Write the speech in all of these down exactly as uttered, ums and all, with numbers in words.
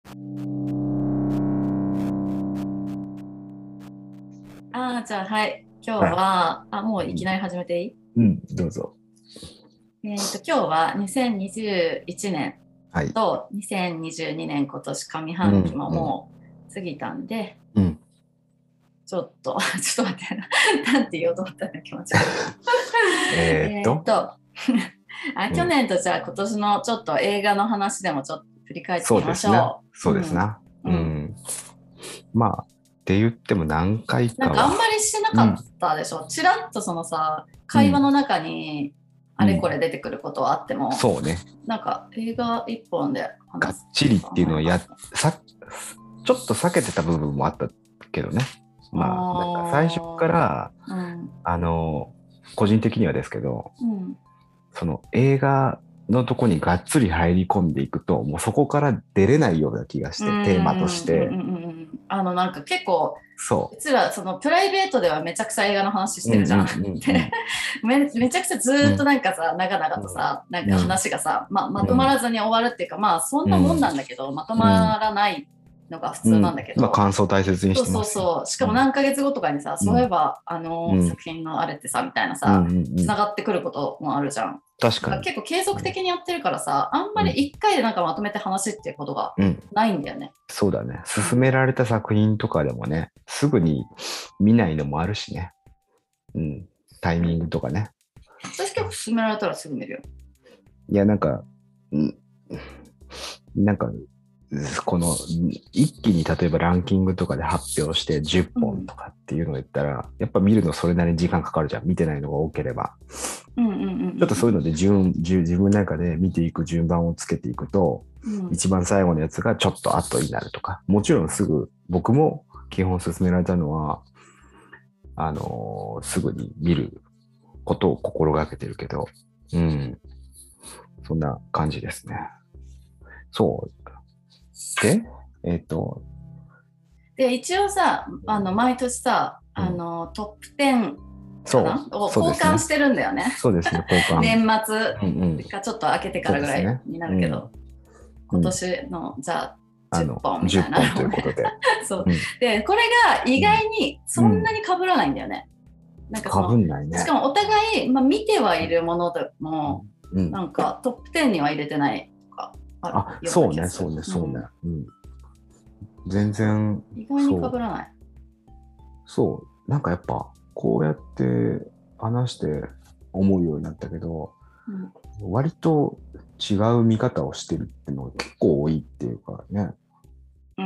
あーじゃあはい今日は、はい、あもういきなり始めていい？ うん、どうぞ。 えーと今日はにせんにじゅういちねんとにせんにじゅうにねん今年上半期ももう過ぎたんで、 うんうん、 ちょっとちょっと待ってななんて言おうと思ったんだ気持ち悪いえーっとあ去年とじゃあ今年のちょっと映画の話でもちょっと振り返っていきましょう。 そうですな。 うん。 うん、まあって言っても何回かはなんかあんまりしてなかったでしょ。うん、ちらっとそのさ会話の中にあれこれ出てくることはあっても、うん、 そうね。 なんか映画一本でがっちりっていうのをやさちょっと避けてた部分もあったけどね。まあなんか最初から、うん、あの個人的にはですけど、うん、その映画のとこにがっつり入り込んでいくともうそこから出れないような気がして、テーマとして、うんうんうん、 あのなんか結構そううちらそのプライベートではめちゃくちゃ映画の話してるじゃん、うんうんうんうん、め, めちゃくちゃずっとなんかさ、うん、長々とさなんか話がさ、うん、ま, まとまらずに終わるっていうか、まあそんなもんなんだけど、うん、まとまらないのが普通なんだけど、 うんまあ、感想大切にしてます。 そうそうそう。しかも何ヶ月後とかにさ、うん、そういえばあの、うん、作品のあれってさみたいなさ、うんうんうん、つながってくることもあるじゃん。 確かに。 結構継続的にやってるからさ、あんまり一回でなんかまとめて話っていうことがないんだよね。 うん、そうだね。勧められた作品とかでもね、すぐに見ないのもあるしね。うん。タイミングとかね。 私結構勧められたらすぐ見るよ。 いや、なんか、んなんか、この一気に例えばランキングとかで発表してじゅっぽんとかっていうのを言ったら、うん、やっぱ見るのそれなりに時間かかるじゃん。見てないのが多ければ。うんうんうんうん、ちょっとそういうので順自分の中で見ていく順番をつけていくと、うん、一番最後のやつがちょっと後になるとか、もちろんすぐ僕も基本勧められたのはあのー、すぐに見ることを心がけてるけど、うん、そんな感じですね。そうで、えっとで一応さあの毎年さ、うん、あのトップテンかなを交換してるんだよね。 そうですね、交換。 年末かちょっと開けてからぐらいになるけど、うんうん、今年のじゃあじゅっぽんみたいなの、 じゅっぽんということで。 そう、うん、でこれが意外にそんなに被らないんだよね。 うん、なんかその被んないね。 しかもお互い、まあ、見てはいるものでも、うん、なんかトップテンには入れてないとかあるような気がする。 あ、そうね、そうね、そうね。うん、全然意外に被らない。 そう、なんかやっぱこうやって話して思うようになったけど、うん、割と違う見方をしてるっていうのが結構多いっていうかね。 うん、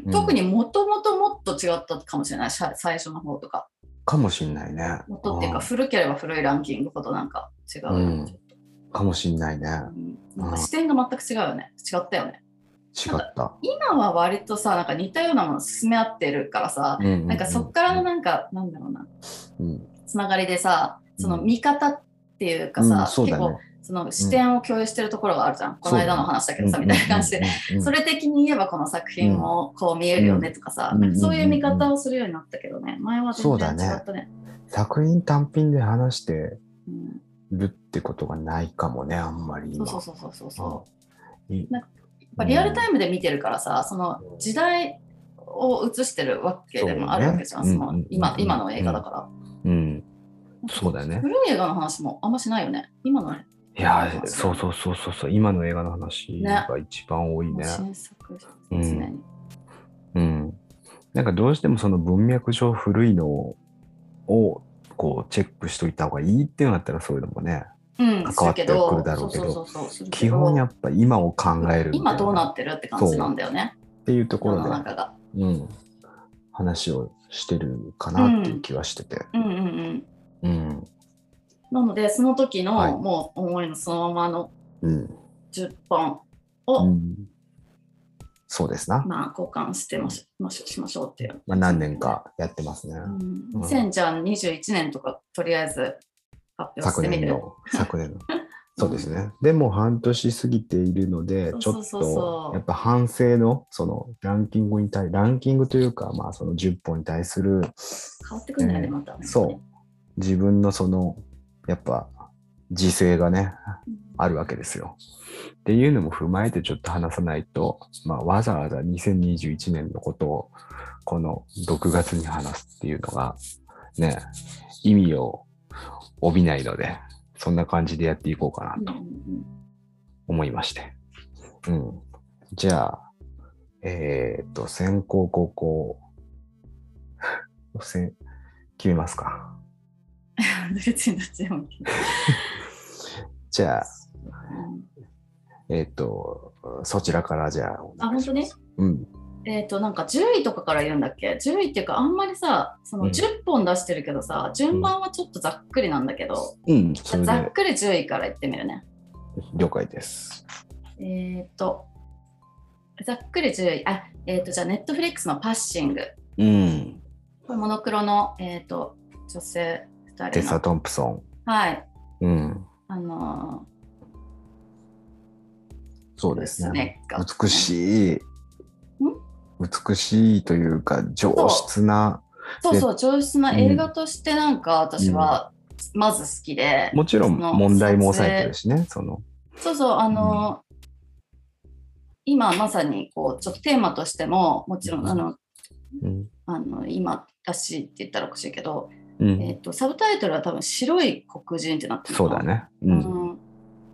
うん、特にもともともっと違ったかもしれない、最初の方とか。 かもしんないね。 もっとっていうか古ければ古いランキングほどなんか違うよね、うん、ちょっとかもしんないね、 うん、なんか視点が全く違うよね。違ったよね。 違った。 今は割とさなんか似たようなもの進め合ってるからさ、うんうんうんうん、なんかそっからのなんかなんだろうな、うん、つながりでさその見方っていうかさ、うん、結構その視点を共有してるところがあるじゃん、うん、この間の話だけどさ、ね、みたいな感じで、うんうん、それ的に言えばこの作品もこう見えるよねとかさ、うん、なんかそういう見方をするようになったけどね、前は全然違ったね。 作品単品で話してるってことがないかもね、あんまり今。 そうそうそうそうそう。なんかやっぱリアルタイムで見てるからさ、その時代を映してるわけでもあるわけじゃん、その今今の映画だから。 うん、そうだね。 古い映画の話もあんましないよね。今のね。 いや、そうそうそうそうそう、今の映画の話が一番多いね。ね新作ですね、 うん。うん。なんかどうしてもその文脈上古いのをこうチェックしといた方がいいっていうのだったらそういうのもね、うん、関わってくるだろうけど、基本やっぱ今を考える今どうなってるって感じなんだよねっていうところで、うん、話をしてるかなっていう気はしてて、うんうんうんうん、なのでその時の、はい、もう思いのそのままのじゅっぽんを、うん、 そうですな。 まあ交換してもしましょうしましょうっていう、 まあ、何年かやってますね。 うん、にせんにじゅういちねんとかとりあえず発表してみる。 昨年の昨年のそうですね。うん、でも半年過ぎているので、ちょっとやっぱ反省のそのランキングに対ランキングというか、まあそのじゅっぽんに対する変わってくるんだよね、またね。 そう自分のそのやっぱ時勢がね、あるわけですよ。っていうのも踏まえてちょっと話さないと、まあ、わざわざにせんにじゅういちねんのことをこのろくがつに話すっていうのがね、意味を帯びないので、そんな感じでやっていこうかなと思いまして。うん。じゃあ、えー、っと、先攻後攻、決めますか。 別にどっちでもじゃあ、えー、っと、そちらからじゃあ。 あ、本当に？うん。えっと、なんかじゅういとかから言うんだっけ ?じゅう 位っていうか、あんまりさ、そのじゅっぽん出してるけどさ、うん、順番はちょっとざっくりなんだけど、うん、ざっくりじゅういから言ってみるね。 了解です。 えっと、ざっくりじゅうい、あ、えっと、じゃあ、ネットフリックスのパッシング。 うん。 これ、モノクロの、えっと、女性ふたりの。 テサ・トンプソン。 はい。 うん。 あのー、 そうですね。美しい。美しいというか上質な。 そうそう、上質な映画としてなんか私はまず好きで。 うん、もちろん問題も抑えてるしね。そのそうそう、あの、うん、今まさにこうちょっとテーマとしてももちろんあの、うん、あの今らしいって言ったらおかしいけど、うん、えーと、サブタイトルは多分白い黒人ってなってるのかな。そうだね。うん、 うん、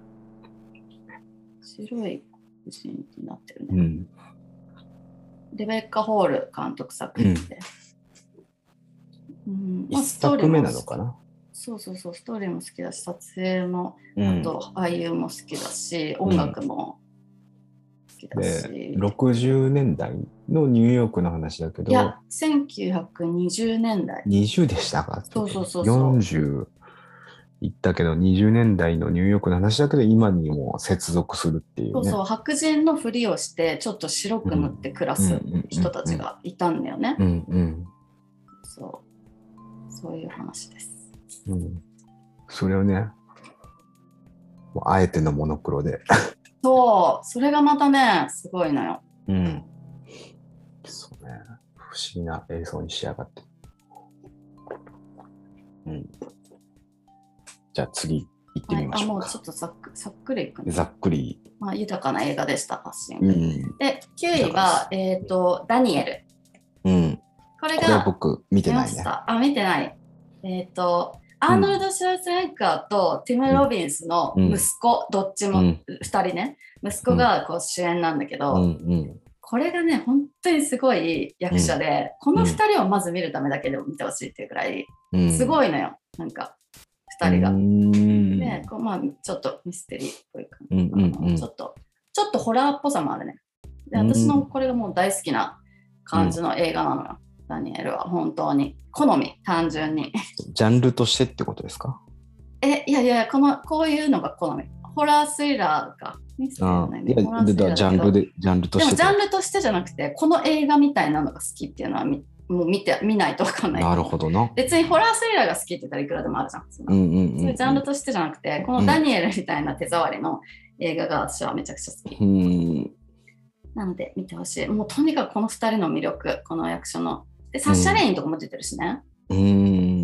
白い黒人になってるね。うん、レベッカ・ホール監督作品で。 うん、一作目なのかな。 そうそうそう、ストーリーも好きだし、撮影も、あと俳優も好きだし、うん、音楽も好きだし、 で。ろくじゅうねんだいのニューヨークの話だけど。 いや、せんきゅうひゃくにじゅうねんだい。 にじゅうでしたか？ そうそうそうそう。 よんじゅういったけど、にじゅうねんだいのニューヨークの話だけど、今にも接続するっていう、ね。 そうそう、白人のふりをして、ちょっと白く塗って暮らす人たちがいたんだよね。 うんうん。 そう。そういう話です。 うん。それをね、あえてのモノクロで。 そう、それがまたね、すごいのよ。 うん。そうね。不思議な映像に仕上がって。うん。じゃあ次行ってみましょうか。 はい、あ、もうちょっとざっくざっくりいくね。 ざっくり。 まあ、豊かな映画でした、パッシング。うん、で、きゅういは、えっと、ダニエル。 うん。 これが、 これは僕見てないね。 あ、見てない。えっと、アーノルド・シュワルツェネッガーとティム・ロビンスの息子、うん、どっちもふたりね、息子がこう主演なんだけど、うんうん、これがね、本当にすごい役者で、うん、このふたりをまず見るためだけでも見てほしいっていうくらい、すごいのよ、なんか、ふたりが。で、こうまあ、ちょっとミステリーっぽい感じ、うんうんうん、ちょっと、ちょっとホラーっぽさもあるね。で、私のこれがもう大好きな感じの映画なのよ。うん、ダニエルは本当に好み、単純に。 ジャンルとしてってことですか？ え、いやいや、このこういうのが好み。ホラースリラーか。ミステリーね、 いや、ジャンルで、ジャンルとして。 でもジャンルとしてじゃなくて、この映画みたいなのが好きっていうのはみもう見て見ないと分かんない。 なるほどな。 別にホラースリラーが好きって言ったらいくらでもあるじゃん。そういうジャンルとしてじゃなくて、このダニエルみたいな手触りの映画が私はめちゃくちゃ好き。うんなので見てほしい。もうとにかくこのふたりの魅力、この役所の。で、サッシャ・レインとかも出てるしね。うん。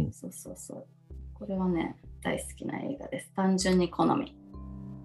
そうそうそう。これはね、大好きな映画です。単純に好み。うん。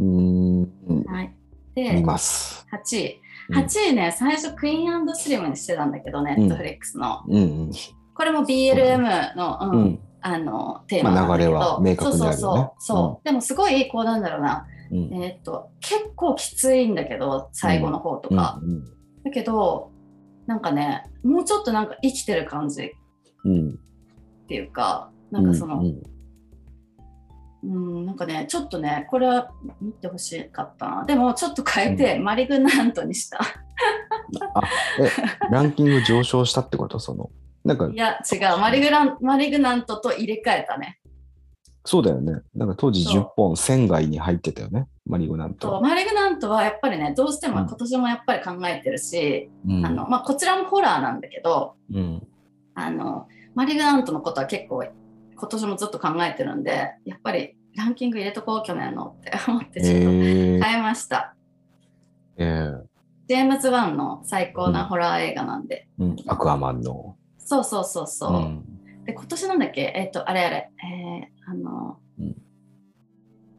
はい。で、 見ます。 はちい。はちいね、最初クイーン&スリムにしてたんだけど、ネットフリックスの。うんうん、これも ビーエルエム の、うんうん、あのテーマなんだけど、まあ、流れは明確にあるよね。そうそうそう。そう、うん、でもすごい、こうなんだろうな、うん、えー、っと、結構きついんだけど、最後の方とか。うんうんうん、だけど、なんかね、もうちょっとなんか生きてる感じっていうか、なんかその、うんうん、うん、なんかね、ちょっとね、これは見てほしかったな。でも、ちょっと変えて、うん、マリグナントにした。 あえランキング上昇したってこと？そのなんかいや、違うマリグラン、マリグナントと入れ替えたね。 そうだよね。なんか当時じゅっぽんせん外に入ってたよね、マリグナント。 そうマリグナントはやっぱりね、どうしても今年もやっぱり考えてるし、うん、あのまあ、こちらもホラーなんだけど、うん、あのマリグナントのことは結構今年もずっと考えてるんで、やっぱりランキング入れとこう去年のって思ってちょっと変えました。えー、ジェームズ・ワンの最高なホラー映画なんで、 うんうん、アクアマンの。 そうそうそうそう。うん、で今年なんだっけ、えっとあれあれ、えー、あの、うん、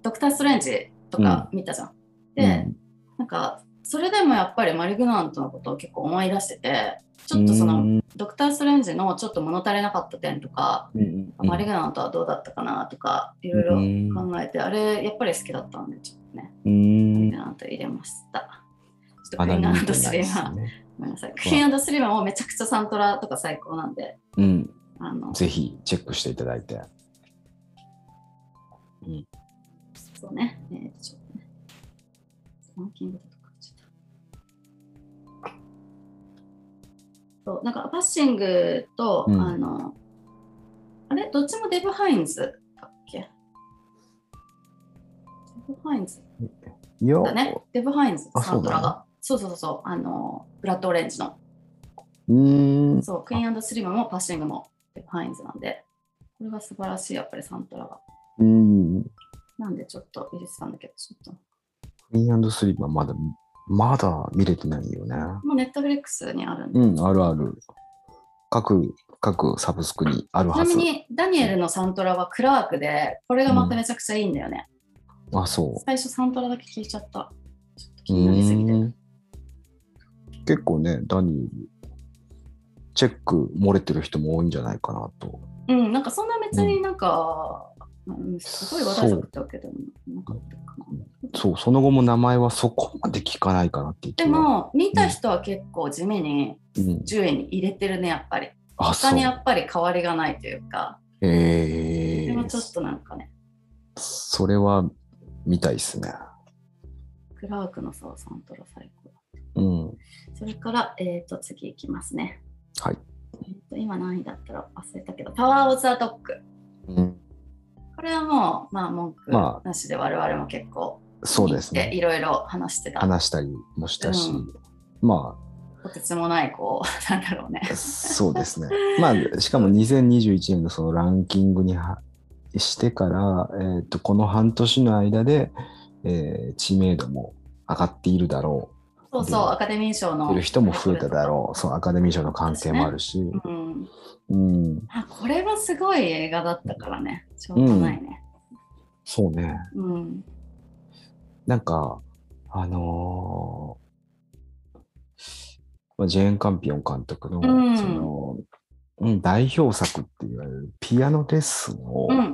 ドクター・ストレンジとか見たじゃん。うん、で、うん、なんかそれでもやっぱりマリグナントのことを結構思い出してて、ちょっとそのドクター・ストレンジのちょっと物足りなかった点とか、うん、マリグナントはどうだったかなとかいろいろ考えて、あれやっぱり好きだったんでちょっとね、マリグナント入れました。ちょっとクイーン&スリーマー、ごめんなさい、クイーン&スリーマーもめちゃくちゃサントラとか最高なんで、 うん、あのぜひチェックしていただいて。 うん、そうね、えー、ちょっとね、ランキングだとかちょっと。そう、なんかパッシングと、うん、あの、あれ、どっちもデブ・ハインズだっけ？デブ・ハインズだね、デブ・ハインズ、サントラが。そうそうそうそう、あの、ブラッドオレンジの。 うーん。 そう、クイーン&スリムもパッシングもデブ・ハインズなんで、これが素晴らしい、やっぱりサントラが。 うーん。 なんでちょっと入れてたんだけど、ちょっと。 クイーン&スリムはまだ、まだ見れてないよね。 もうネットフリックスにあるんで。 うん、あるある。各、各サブスクにあるはず。 ちなみに、ダニエルのサントラはクラークで、これがまためちゃくちゃいいんだよね。 うん、あ、そう。 最初サントラだけ聞いちゃった。ちょっと気になりすぎて。 結構ね、ダニエル、チェック漏れてる人も多いんじゃないかなと。 うん、なんかそんな別になんか、うん、すごい話題作ったわけでもなかったかな。 そう、その後も名前はそこまで聞かないかなっていう気は。 でも、見た人は結構地味にじゅういに入れてるね、やっぱり。他にやっぱり変わりがないというか。 えー、 でもちょっとなんかね。 それは見たいっすね。 クラークのさ、サントラ最高。 うん。 それから、えっと、次いきますね。 はい。 えっと、今何位だったら忘れたけど、パワーオブザドッグ。 うん。 これはもう、まあ、文句なしで我々も結構、 そうですね。 いろいろ話してた。 話したりもしたし、うん、まあ、とてつもないこうなんだろうね。 そうですね。まあしかもにせんにじゅういちねんのそのランキングにはしてから、えー、とこの半年の間で、えー、知名度も上がっているだろう。 そうそう、アカデミー賞の。 いる人も増えただろう。そう、アカデミー賞の関係もあるし。ね、 うんうん、 あ、これはすごい映画だったからね。しょうがないね。 うん、そうね。 うん、 なんか、あのー、ジェーン・カンピオン監督の、うん、その、うん、代表作って言われるピアノレッスンを追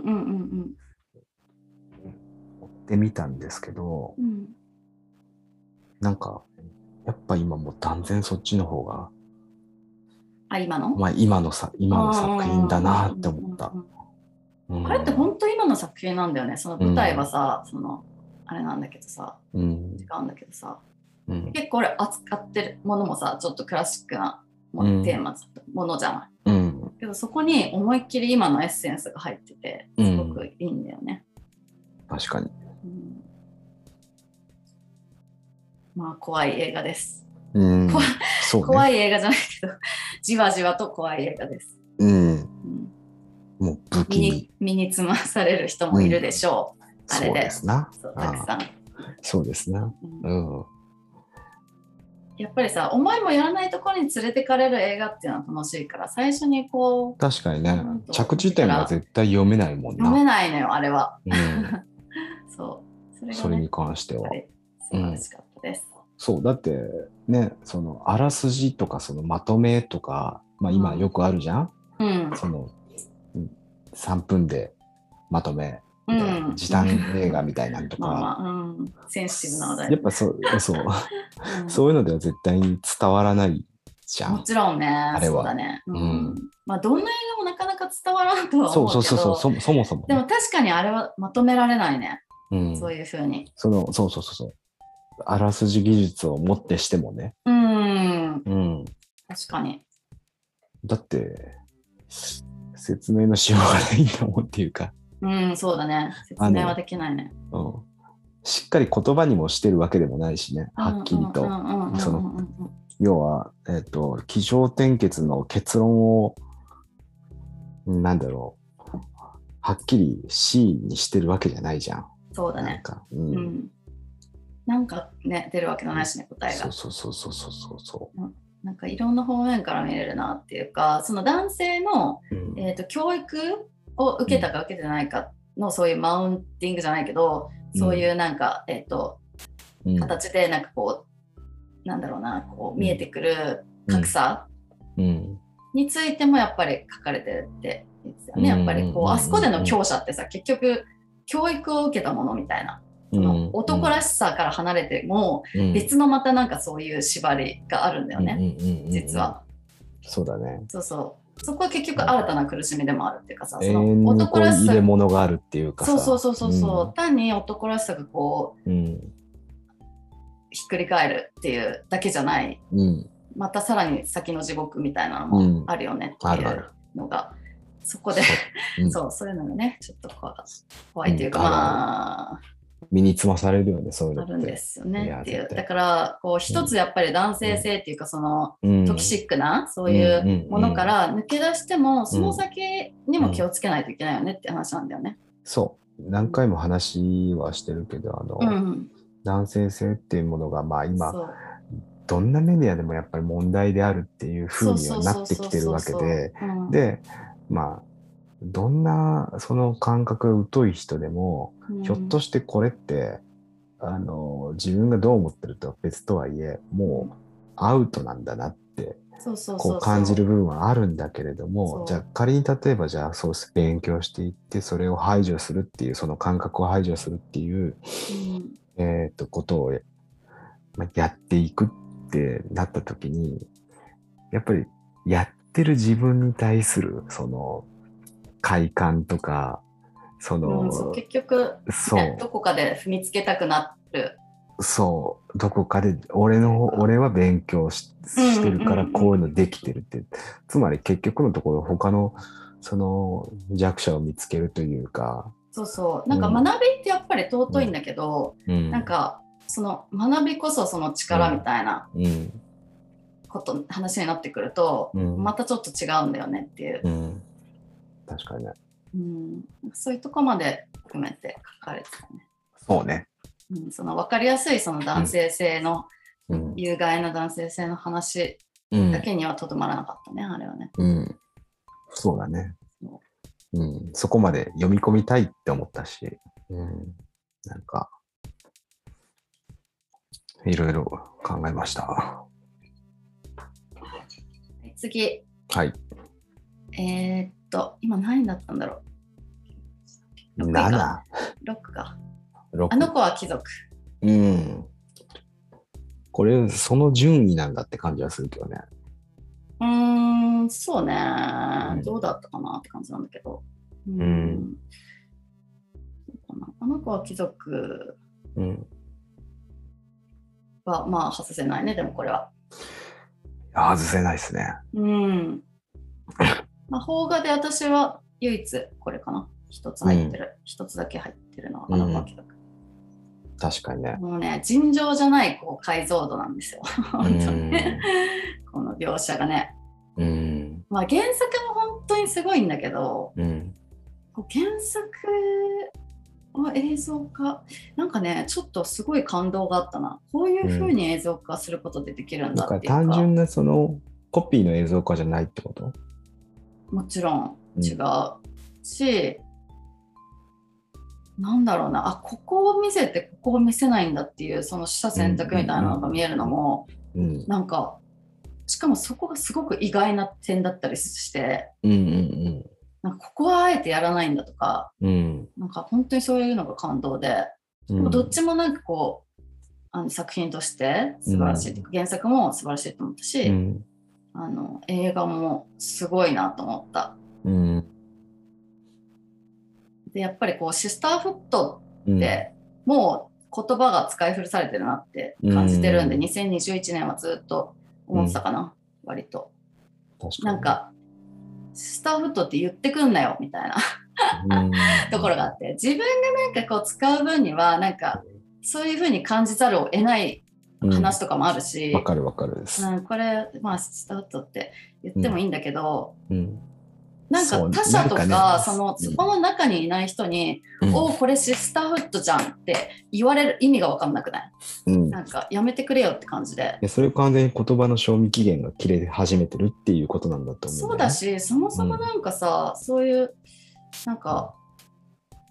ってみたんですけど、うん、なんか、やっぱ今もう断然そっちの方が、 あ、今の？ まあ今のさ、今の作品だなって思った。 あれって本当今の作品なんだよね。その舞台はさ、うん、その、あれなんだけどさ、うん、違うんだけどさ、うん、結構俺扱ってるものもさ、ちょっとクラシックなもの、うん、テーマものじゃない、うん。けどそこに思いっきり今のエッセンスが入ってて、すごくいいんだよね。 うん、確かに、うん。 まあ怖い映画です。 うん、 怖, そうね、 怖い映画じゃないけど、じわじわと怖い映画です。 うん。うん、もう武器に身につまされる人もいるでしょう。うん、あれで。 そうですな。 そうたくさん。 そうですな。うん。うん、 やっぱりさ、思いもやらないところに連れてかれる映画っていうのは楽しいから、最初にこう。 確かにね、着地点が絶対読めないもんな。 読めないのよ、あれは。 うん、 そう。それがね、 それに関しては。 素晴らしかったです。 うん、そうだってね、そのあらすじとかそのまとめとか、まあ、今よくあるじゃん、 うん、 そのさんぷんでまとめみたいな、うん、時短映画みたいなのとか、 まあまあ、うん、センシティブな話題、 やっぱそうそう、うん、そういうのでは絶対に伝わらないじゃん。 もちろんね、あれはそうだね、うんうん、まあどんな映画もなかなか伝わらんとは思うけど、 そうそうそうそう、そもそも、ね、 でも確かにあれはまとめられないね、うん、そういうふうに。 そのそうそうそうそう、あらすじ技術をもってしてもね。 うん。 うん。 確かに。 だって、説明のしようがないんだもんっていうか。 うん、そうだね。説明はできないね。 うん。しっかり言葉にもしてるわけでもないしね。はっきりと。その、要は、えっと、起承転結の結論を、なんだろう。はっきり C にしてるわけじゃないじゃん。 そうだね。 なんか、うん。うんなんかね、出るわけのないしね、答えが。 そうそうそうそうそうそう。 なんかいろんな方面から見れるなっていうか、その男性の、うん、えーと、教育を受けたか受けてないかのそういうマウンティングじゃないけど、 そういうなんか、えっと、形でなんかこう、なんだろうな、こう見えてくる格差についてもやっぱり書かれてるって言ってたよね。やっぱりこう、あそこでの強者ってさ、結局、教育を受けたものみたいな。その男らしさから離れても、別のまたなんかそういう縛りがあるんだよね、実は。 そうだね。 そうそう。そこは結局新たな苦しみでもあるっていうかさ、 その男らしさ。入れ物があるっていうかさ。 そうそうそうそう。うん、単に男らしさがこう、うん、ひっくり返るっていうだけじゃない。うん、またさらに先の地獄みたいなのもあるよねっていうのが、うん、あるあるそこで、うん、そう、そういうのがね、ちょっと怖いっていうか、うん、まあ、 身につまされるよね、そういうのって。 あるんですよねっていう。だから、こう、一つやっぱり男性性っていうか、その、うん、トキシックな、そういうものから抜け出しても、うん、その先にも気をつけないといけないよねって話なんだよね。 そう。何回も話はしてるけど、あの、うん、男性性っていうものが、まあ今、どんなメディアでもやっぱり問題であるっていう風にはなってきてるわけで、で、まあ、どんなその感覚が疎い人でも、うん、ひょっとしてこれってあの自分がどう思ってるとは別とはいえもうアウトなんだなってこう感じる部分はあるんだけれども、じゃあ仮に例えばじゃあそう勉強していってそれを排除するっていうその感覚を排除するっていう、うん、えっとことをやっていくってなった時にやっぱりやってる自分に対するその快感とかその、 うん、そう結局、ね、どこかで踏みつけたくなるそうどこかで俺の俺は勉強 し, してるからこういうのできてるって、うんうんうん、つまり結局のところ他のその弱者を見つけるというかそうそうなんか学びってやっぱり尊いんだけど、うん、なんかその学びこそその力みたいなこと、うん、話になってくると、うん、またちょっと違うんだよねっていう、うん確かにね、 うん、そういうとこまで含めて書かれてたね。 そうね、 うん、その分かりやすいその男性性の、うん、有害な男性性の話だけにはとどまらなかったね、うん、あれはね、 うん、そうだね、うん、そこまで読み込みたいって思ったし、うん、なんかいろいろ考えました。 次、 はい、 えー、っと今何だったんだろう。 なな、 ろくか。あの子は貴族。 うん。これその順位なんだって感じはするけどね。 うーん、そうね、うん。どうだったかなって感じなんだけど。うん。うん、あの子は貴族は、うん、まあ外せないね。でもこれは。 外せないですね。 うん。まあ邦画で私は唯一これかな。一つ入ってる。一、うん、つだけ入ってるのはあの子は貴族。 うん、確かにね。 もうね、尋常じゃないこう解像度なんですよ。本当にね。この描写がね。うん、まあ原作も本当にすごいんだけど、うん、こう原作は映像化、なんかね、ちょっとすごい感動があったな。こういう風に映像化することでできるんだっていうか。 うん、なんか単純なそのコピーの映像化じゃないってこと？ もちろん違うし、うん、なんだろうな、あ、ここを見せてここを見せないんだっていうその取捨選択みたいなのが見えるのも、うん、なんかしかもそこがすごく意外な点だったりして、うんうんうん、なんかここはあえてやらないんだとか、うん、なんか本当にそういうのが感動で、うん、でもどっちもなんかこうあの作品として素晴らしい、うん、原作も素晴らしいと思ったし、うん、あの映画もすごいなと思った。うん、でやっぱりこうシスターフットって、うん、もう言葉が使い古されてるなって感じてるんで、うん、にせんにじゅういちねんはずっと思ってたかな、うん、割と。確かになんかシスターフットって言ってくんなよみたいなところがあって、自分がなんかこう使う分にはなんかそういう風に感じざるを得ない話とかもあるし、 わ、うん、かるわかるです、 うん、これまあシスターフットって言ってもいいんだけど、うんうん、なんか他者とか、ね、そのそこの中にいない人に、うん、おおこれシスターフットじゃんって言われる意味が分かんなくない、うん、なんかやめてくれよって感じで、 いやそれ完全に言葉の賞味期限が切れ始めてるっていうことなんだと思う、ね、 そうだし、そもそもなんかさ、うん、そういうなんか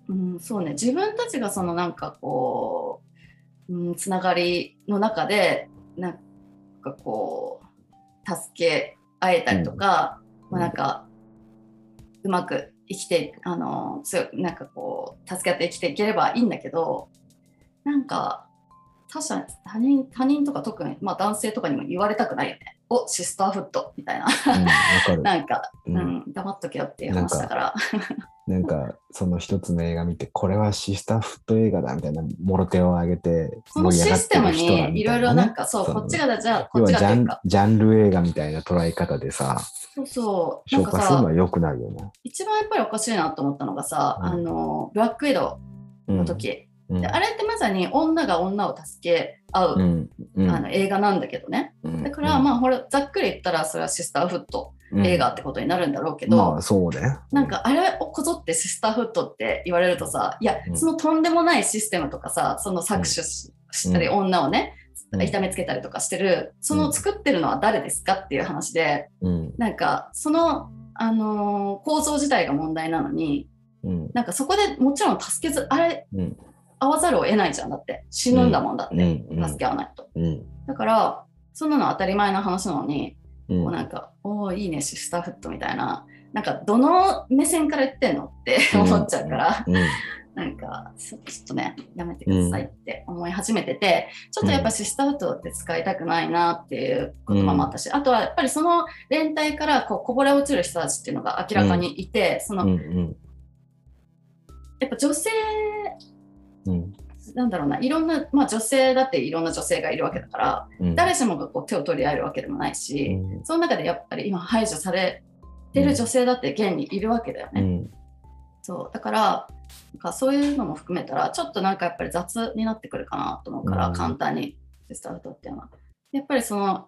うん、そうね、自分たちがそのなんかこう、うん、つながりの中でなんかこう助け合えたりとか、うん、まあ、なんかうまく生きてあの強くなんかこう助け合って生きていければいいんだけど、なんか他者他人他人とか特に、まあ、男性とかにも言われたくないよね。おシスターフットみたいな、うん、なんか、うんうん、黙っとけよっていう話だからなんかその一つの映画見てこれはシスターフット映画だみたいなもろ手を挙げてそのシステムにいろいろなんかそうこっちがじゃあこっちがというかジャンル映画みたいな捉え方でさ、 そうそう消化するのは良くないよね。 一番やっぱりおかしいなと思ったのがさ、うん、あのブラックウィドウの時、うん、であれってまさに女が女を助け合う、うんうん、あの映画なんだけどね、うん、だからまあほらざっくり言ったらそれはシスターフット映画ってことになるんだろうけど、 うん、まあそうね、 なんかあれをこぞってシスターフットって言われるとさ、いや、うん、そのとんでもないシステムとかさ、その搾取 し,、うん、したり女をね、うん、痛めつけたりとかしてるその作ってるのは誰ですかっていう話で、うん、なんかその、あのー、構造自体が問題なのに、うん、なんかそこでもちろん助けずあれ、うん、合わざるを得ないじゃん。だって死ぬんだもんだって、うん、助け合わないと、うん、だからそんなの当たり前な話なのに、うん、こうなんかおーいいねシスターフットみたいな、なんかどの目線から言ってんのって思っちゃうから、うんうん、なんかちょっとねやめてくださいって思い始めてて、ちょっとやっぱシスターフットって使いたくないなっていう言葉もあったし、うん、あとはやっぱりその連帯からこうこぼれ落ちる人たちっていうのが明らかにいて、うん、その、うんうん、やっぱ女性、うん、なんだろうな、いろんな、まあ、女性だっていろんな女性がいるわけだから、うん、誰しもがこう手を取り合えるわけでもないし、うん、その中でやっぱり今排除されてる女性だって現にいるわけだよね、うん、そうだからなんかそういうのも含めたらちょっとなんかやっぱり雑になってくるかなと思うから、うん、簡単にシスターフットっていうのはやっぱりその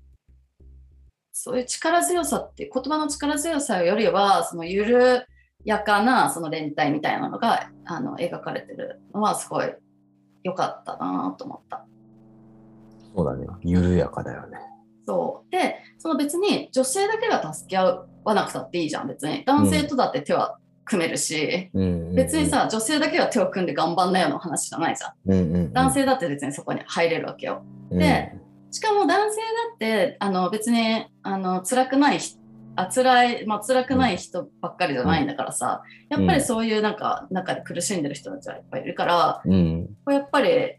そういう力強さっていう言葉の力強さよりはその緩やかなその連帯みたいなのがあの描かれてるのはすごい良かったなと思った。 そうだね、緩やかだよね。 そうで、その別に女性だけが助け合わなくたっていいじゃん。別に男性とだって手は組めるし、うん、別にさ女性だけが手を組んで頑張んなよの話じゃないじゃん、うんうんうん、男性だって別にそこに入れるわけよ、うん、でしかも男性だってあの別にあの辛くないあ辛い、まあ、辛くない人ばっかりじゃないんだからさ、うん、やっぱりそういうなんか中で苦しんでる人たちはいっぱいいるから、うん、これやっぱり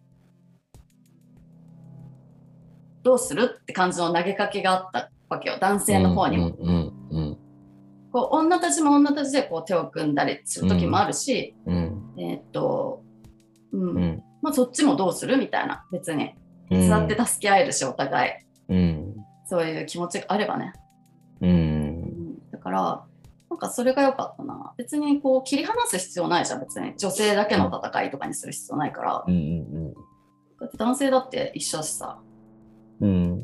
どうするって感じの投げかけがあったわけよ、男性の方にも、うんうんうん、こう女たちも女たちでこう手を組んだりする時もあるし、うん、えー、っと、うんうんまあ、そっちもどうするみたいな、別にいつだって助け合えるしお互い、うん、そういう気持ちがあればね、うんうん、だからなんかそれが良かったな。別にこう切り離す必要ないじゃん、別に女性だけの戦いとかにする必要ないから、うんうんうん、だって男性だって一緒だしさ、 うん、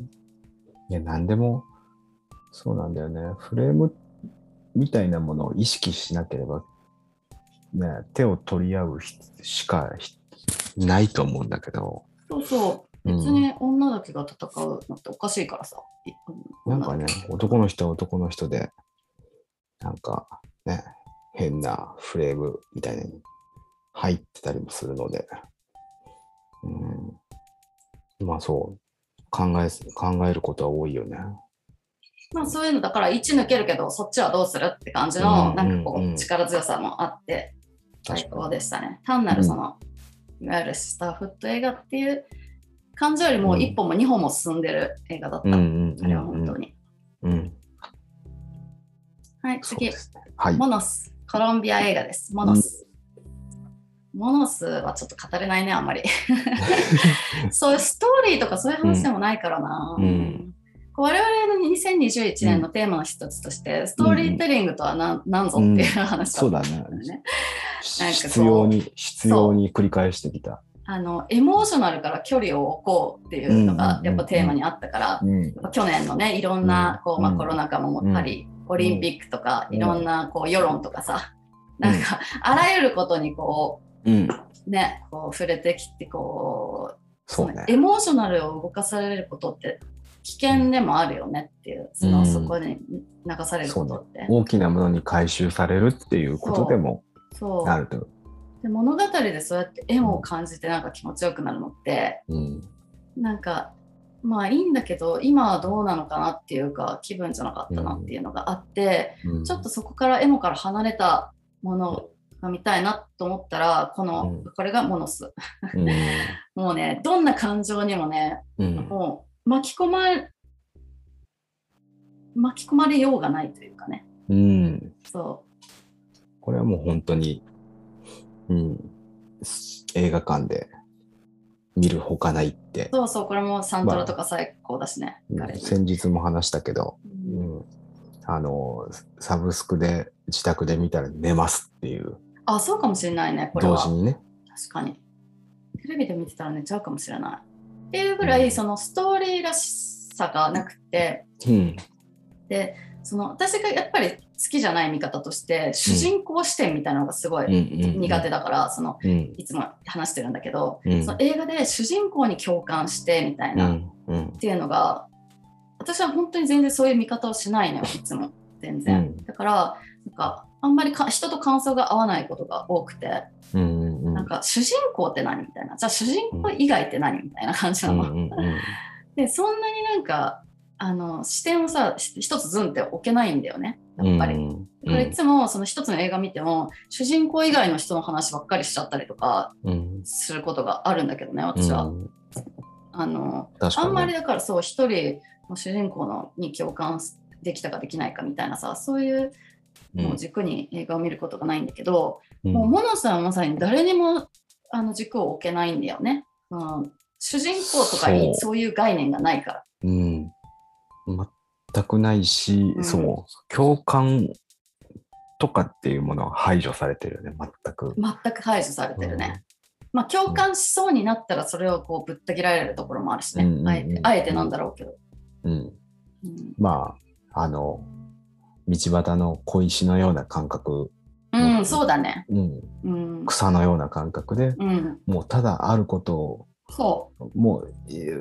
いや何でもそうなんだよね。フレームみたいなものを意識しなければ、ね、手を取り合うしかないと思うんだけど。 そうそう、別に女だけが戦うのっておかしいからさ、 うん、なんかね、男の人は男の人でなんかね変なフレームみたいなのに入ってたりもするので、うん、まあそう考え考えることは多いよね。 まあそういうのだから一抜けるけどそっちはどうするって感じの、うん、なんかこう、うん、力強さもあって最高でしたね。単なるその、うん、いわゆるシスターフット映画っていう感じよりも一本も二本も進んでる映画だった、うん、あれは本当に、うんうん、はい次、ねはい、モノスコロンビア映画です。モノス、うん、モノスはちょっと語れないねあんまりそういうストーリーとかそういう話でもないからな、うんうん我々のにせんにじゅういちねんのテーマの一つとして、うん、ストーリーテリングとは 何,、うん、何ぞっていう話だったんだよね、うん、そうだね。 なんか必要に必要に繰り返してきたあのエモーショナルから距離を置こうっていうのがやっぱテーマにあったから、うんうんうん、やっぱ去年のねいろんなこう、まあ、コロナ禍もあり、うん、オリンピックとか、うん、いろんなこう世論とかさ、うん、なんかあらゆることにこう、うん、ねこう触れてきてこう、そうね、エモーショナルを動かされることって危険でもあるよねっていう、その、うん、そこに流されることって、 大きなものに回収されるっていうことでもあると。 で物語でそうやって絵を感じてなんか気持ちよくなるのって、うん、なんかまあいいんだけど今はどうなのかなっていうか気分じゃなかったなっていうのがあって、うん、ちょっとそこからエモから離れたものが見たいなと思ったらこの、うん、これがモノス、うん、もうねどんな感情にもね、うん、もう巻き込まれ巻き込まれようがないというかね、うん、そうこれはもう本当に、うん、映画館で見るほかないって。 そうそう、これもサントラとか最高だしね。 まあ、先日も話したけど、うんうん、あの、サブスクで自宅で見たら寝ますっていう。 あ、そうかもしれないね、これは。 同時にね。 確かに。テレビで見てたら寝ちゃうかもしれない。っていうぐらい、うん、そのストーリーらしさがなくて、うん、で、その私がやっぱり好きじゃない見方として主人公視点みたいなのがすごい苦手だから、そのいつも話してるんだけど、うん、その映画で主人公に共感してみたいな、うんうん、っていうのが私は本当に全然そういう見方をしないのよいつも全然、うん、だからなんかあんまりか人と感想が合わないことが多くて、うんうんうん、なんか主人公って何みたいな、じゃあ主人公以外って何みたいな感じなの、うんうんうん、でそんなになんかあの視点をさ一つズンって置けないんだよねやっぱり、うん、だからいつもその一つの映画見ても主人公以外の人の話ばっかりしちゃったりとかすることがあるんだけどね私は、うん、あのあんまりだからそう一人の主人公のに共感できたかできないかみたいなさそういうのを軸に映画を見ることがないんだけど、うん、もうモノさんはまさに誰にもあの軸を置けないんだよね、うん、主人公とかにそういう概念がないから、うん全くないし、うん、そう共感とかっていうものは排除されてるよね全く全く排除されてるね、うん、まあ共感しそうになったらそれをこうぶった切られるところもあるしね、うんうんうん、あえてあえてなんだろうけど、うんうん、 まああの道端の小石のような感覚、 うん、そうだね、 うんうん、草のような感覚で、うん、もうただあることをそうもう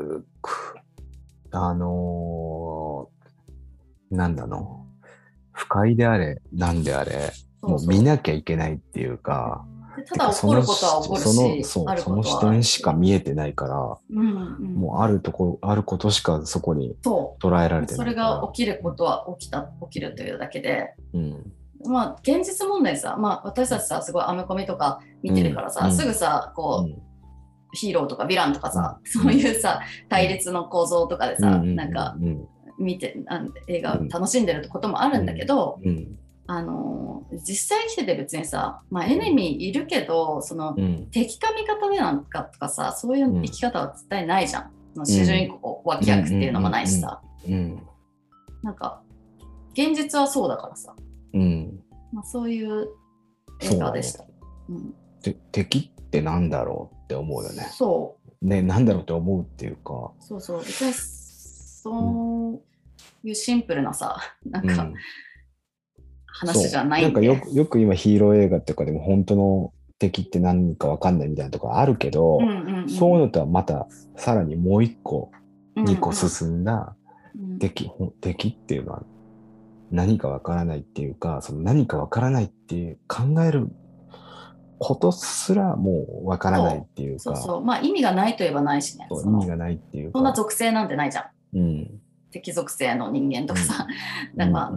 あのー、なんだの不快であれなんであれもう見なきゃいけないっていうかただ起こることは起こるしそのそうその視点しか見えてないから、うんうん、もうあるとこあることしかそこに捉えられてないからそれが起きることは起きた起きるというだけで、うん、まあ現実問題さ、まあ、私たちさすごいアメコミとか見てるからさ、うん、すぐさこう、うんヒーローとかヴィランとかさ、うん、そういうさ対立の構造とかでさ、うん、なんか見てあの映画を楽しんでることもあるんだけど、うん、あの実際生きてて別にさ、まあ、エネミーいるけどその、うん、敵か味方でなんかとかさそういう生き方は絶対ないじゃん、うん、主人公脇役っていうのもないしさ、うん、なんか現実はそうだからさ、うんまあ、そういう映画でした。 う、ねうん、で敵ってなんだろうって思うよね。そうね、なんだろうって思うっていうか。 そうそう。別にそういうシンプルなさ、なんか、うん、話じゃないんで。 なんかよくよく今ヒーロー映画とかでも本当の敵って何か分かんないみたいなところあるけど、うんうんうん、そういうのとはまたさらにもう一個、二個進んだ敵、うんうん、敵っていうのは何か分からないっていうか、その何か分からないっていう考えることすらもうわからないっていうか、 そうそうそう、まあ意味がないといえばないしね。 意味がないっていうか、 そんな属性なんてないじゃん。うん、敵属性の人間とかさ、うん、なんか、うん、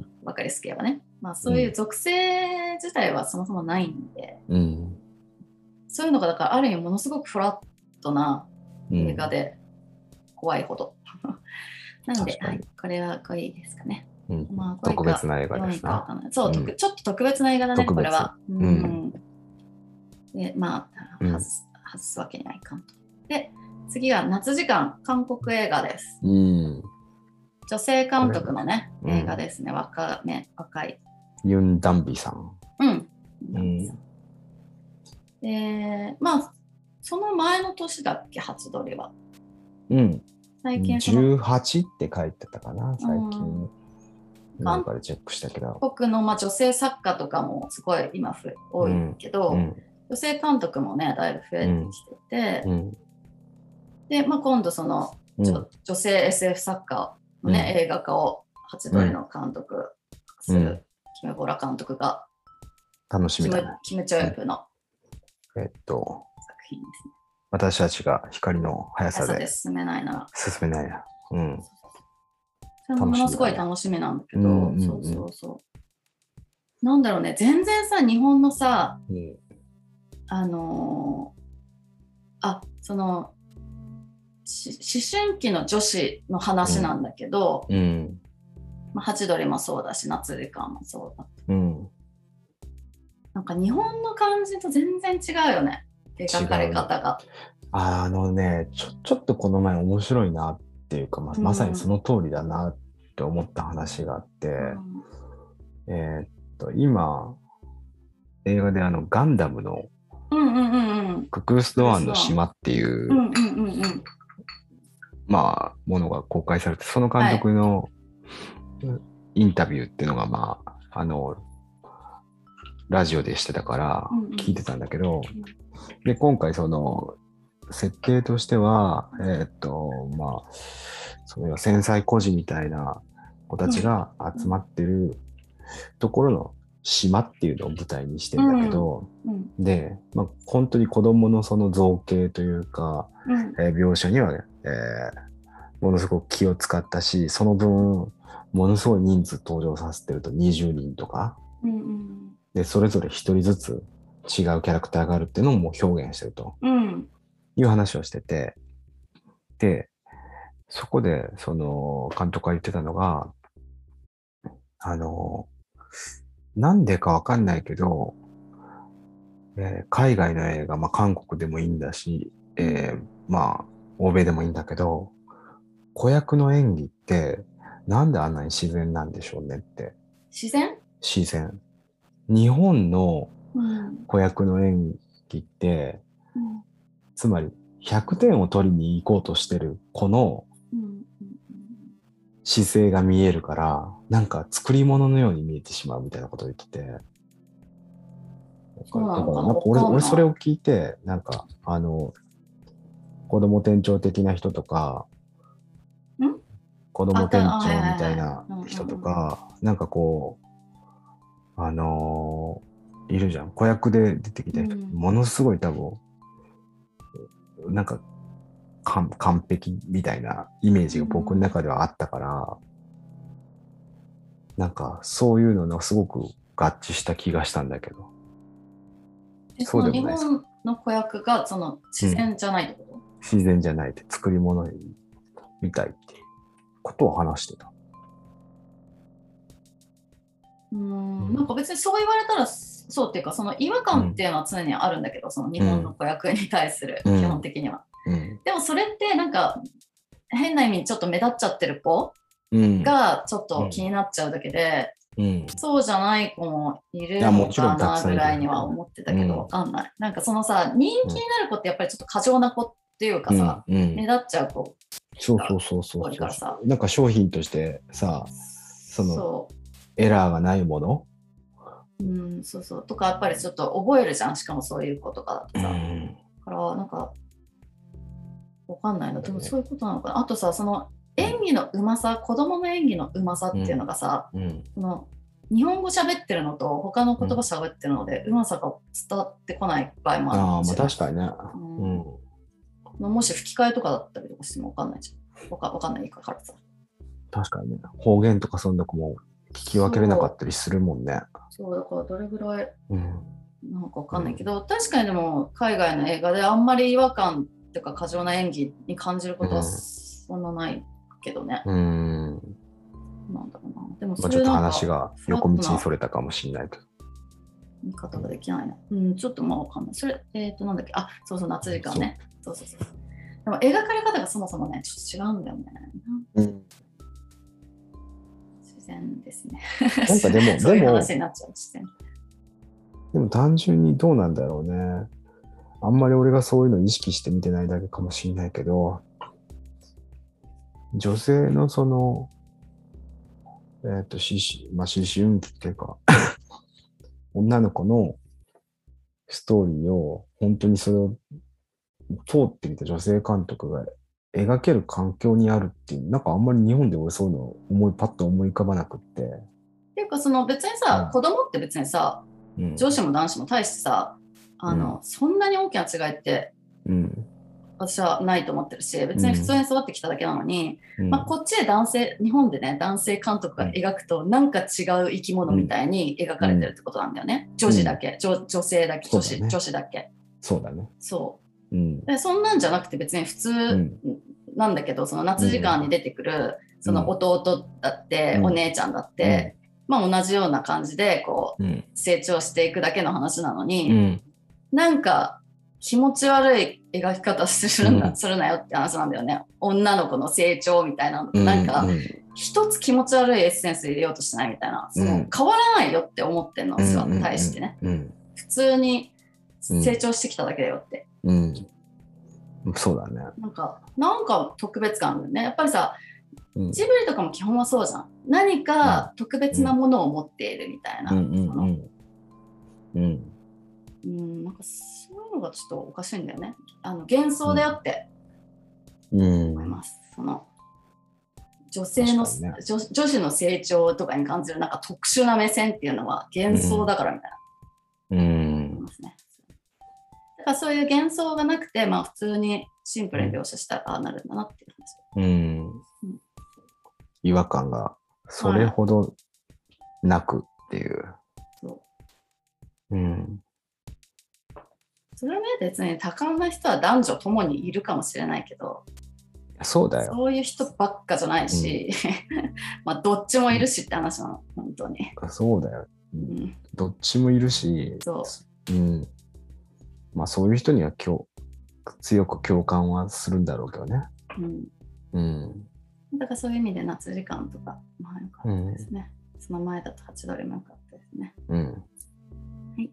分かりやすく言えばね。まあそういう属性自体はそもそもないんで、うん、そういうのがだからある意味ものすごくフラットな映画で怖いほど。なので、はい、これはこれいいですかね。 うんまあ、特別な映画ですな。 そう、うん、ちょっと特別な映画だね、これは。うん、で、まあ、外す、外すわけにはいかんと。で、次は夏時間、韓国映画です。うん、女性監督のね、映画ですね。若ね、若い。 ユン・ダンビさん。うん。 うん、で、まあ、その前の年だっけ、初撮りは。 うん。最近じゅうはちって書いてたかな、最近。うんなんかでチェックしたけど。 韓国の、まあ、女性作家とかもすごい今多いけど、うんうん、女性監督もねだいぶ増えてきてて、うん、で、まあ、今度その、うん、女性 エスエフ 作家のね、うん、映画化を初撮りの監督する、うん、キム・ボラ監督が楽しみだね、 キム・チョヨプのえっと、 作品ですね。 私たちが光の速さで進めないなら。 進めないな。うん。 それもものすごい楽しみなんだけど、うんうんうん、そうそうそう。なんだろうね、全然さ、日本のさ、うん、あのー、あ、その、思春期の女子の話なんだけど、うんうんまあ、ハチドリもそうだし、夏時間もそうだ。うん、なんか日本の感じと全然違うよね、描かれ方が。 あのねちょ、ちょっとこの前面白いなっていうか、まあ、まさにその通りだなって思った話があって、うん、えー、っと、今、映画であのガンダムのククルス・ドアンの島っていう、まあ、ものが公開されて、その監督のインタビューっていうのが、まあ、あの、ラジオでしてたから聞いてたんだけど、うんうん、で、今回その、設定としては、えー、っと、まあ、それは繊細孤児みたいな子たちが集まってるところの島っていうのを舞台にしてんだけど、うんうん、で、まあ、本当に子供のその造形というか、うんえー、描写には、ねえー、ものすごく気を使ったし、その分、ものすごい人数登場させてるとにじゅうにんとか、うんうん、で、それぞれ一人ずつ違うキャラクターがあるっていうのをもう表現してると。うんいう話をしてて、で、そこで、その、監督が言ってたのが、あの、なんでかわかんないけど、えー、海外の映画、まあ、韓国でもいいんだし、えー、まあ、欧米でもいいんだけど、子役の演技って、なんであんなに自然なんでしょうねって。 自然？ 自然。日本の子役の演技って、うん、つまり、ひゃくてんを取りに行こうとしてる子の姿勢が見えるから、なんか作り物のように見えてしまうみたいなことを言ってて。 そうなのかな、 なんか俺、俺それを聞いて、なんか、あの、子供店長的な人とか、ん子供店長みたいな人とか、なんかこう、あのー、いるじゃん。子役で出てきた人、うん、ものすごい多分、なんか、完璧みたいなイメージが僕の中ではあったから、うん、なんかそういうののすごく合致した気がしたんだけど。 そうでもないですか。日本の子役がその自然じゃないってこと、うん、 自然じゃないって作り物みたいっていうことを話してた。 うん、うん、なんか別にそう言われたらそうっていうか、その違和感っていうのは常にあるんだけど、うん、その日本の子役に対する、うん、基本的には。うん、でもそれってなんか変な意味にちょっと目立っちゃってる子がちょっと気になっちゃうだけで、うん、そうじゃない子もいるのかなぐらいには思ってたけど、わかんない。なんかそのさ、人気になる子ってやっぱりちょっと過剰な子っていうかさ、うんうん、目立っちゃう子そうそうそうそう。からさ、なんか商品としてさ、そのそうエラーがないもの、 うん、そうそう。とかやっぱりちょっと覚えるじゃん、しかもそういう子とかだとさ。うん、だからなんか、わかんないな。でもそういうことなのかな。あとさ、その演技のうまさ、子供の演技のうまさっていうのがさ、うんうん、その日本語喋ってるのと他の言葉喋ってるので、うまさが伝わってこない場合もある。 ああ、まあ確かにね。 うんうん、もし吹き替えとかだったりとかしてもわかんないじゃん。わかわかんないからさ。 確かにね。方言とかそんな子も聞き分けれなかったりするもんね。 そう、だからどれぐらいなんかわかんないけど、うん、確かにでも海外の映画であんまり違和感というか過剰な演技に感じることはそんなないけどね。うん。なんだろうな。でもそれちょっと話が横道にそれたかもしれないと。 見方ができないな。うん、ちょっとまあわかんない。それ、えっと、なんだっけ。あ、そうそう、夏時間ね。そうそうそう。でも描かれ方がそもそもね、ちょっと違うんだよね。うん。自然ですね。 なんかでも、 そういう話になっちゃう自然。 でも単純にどうなんだろうね。あんまり俺がそういうのを意識して見てないだけかもしれないけど、女性のその、えっ、ー、と、思春、まあ、思春期っていうか、女の子のストーリーを、本当にそれを通ってみた女性監督が描ける環境にあるっていう、なんかあんまり日本で俺そういうの思い、パッと思い浮かばなくって。 っていうか、その別にさ、うん、子供って別にさ、うん、女子も男子も大してさ、 あの、うん、そんなに大きな違いって、うん、私はないと思ってるし、別に普通に育ってきただけなのに、うんまあ、こっちで男性、日本でね、男性監督が描くと、なんか違う生き物みたいに描かれてるってことなんだよね。うん、女児だけ、女、女性だけ、女子、ね、女子だけ。 そうだね。 そう。うん、でそんなんじゃなくて別に普通なんだけど、その夏時間に出てくる、その弟だって、うん、お姉ちゃんだって、うん、まあ同じような感じで、こう、うん、成長していくだけの話なのに、うん、なんか、気持ち悪い描き方するんだ、うん、するなよって話なんだよね。女の子の成長みたいなの、うん、なんか、うん、一つ気持ち悪いエッセンス入れようとしないみたいな、その変わらないよって思ってんの、私は対してね、うん。普通に成長してきただけだよって。 うんうん、そうだね。 なんか、なんか特別感あるよね。やっぱりさ、うん、ジブリとかも基本はそうじゃん。何か特別なものを持っているみたいな。うん、なんかそういうのがちょっとおかしいんだよね。あの幻想であって思います。うん、その女性の、ね、女, 女子の成長とかに感じるなんか特殊な目線っていうのは幻想だからみたいな。うん。思いますね。だからそういう幻想がなくて、まあ普通にシンプルに描写したらああなるんだなっていう話。うん。 うん、違和感がそれほどなくっていう。はい、そう。うん。 それはね、別に多感な人は男女ともにいるかもしれないけど、 そうだよ。 そういう人ばっかじゃないし、うん、まあどっちもいるしって話なの、本当に。 そうだよ。うん、どっちもいるし、そう。うん。まあそういう人には今日強く共感はするんだろうけどね。うん。 うん。だからそういう意味で夏時間とか、まあよかったですね。うん、その前だとハチドリもよかったですね。うん。はい、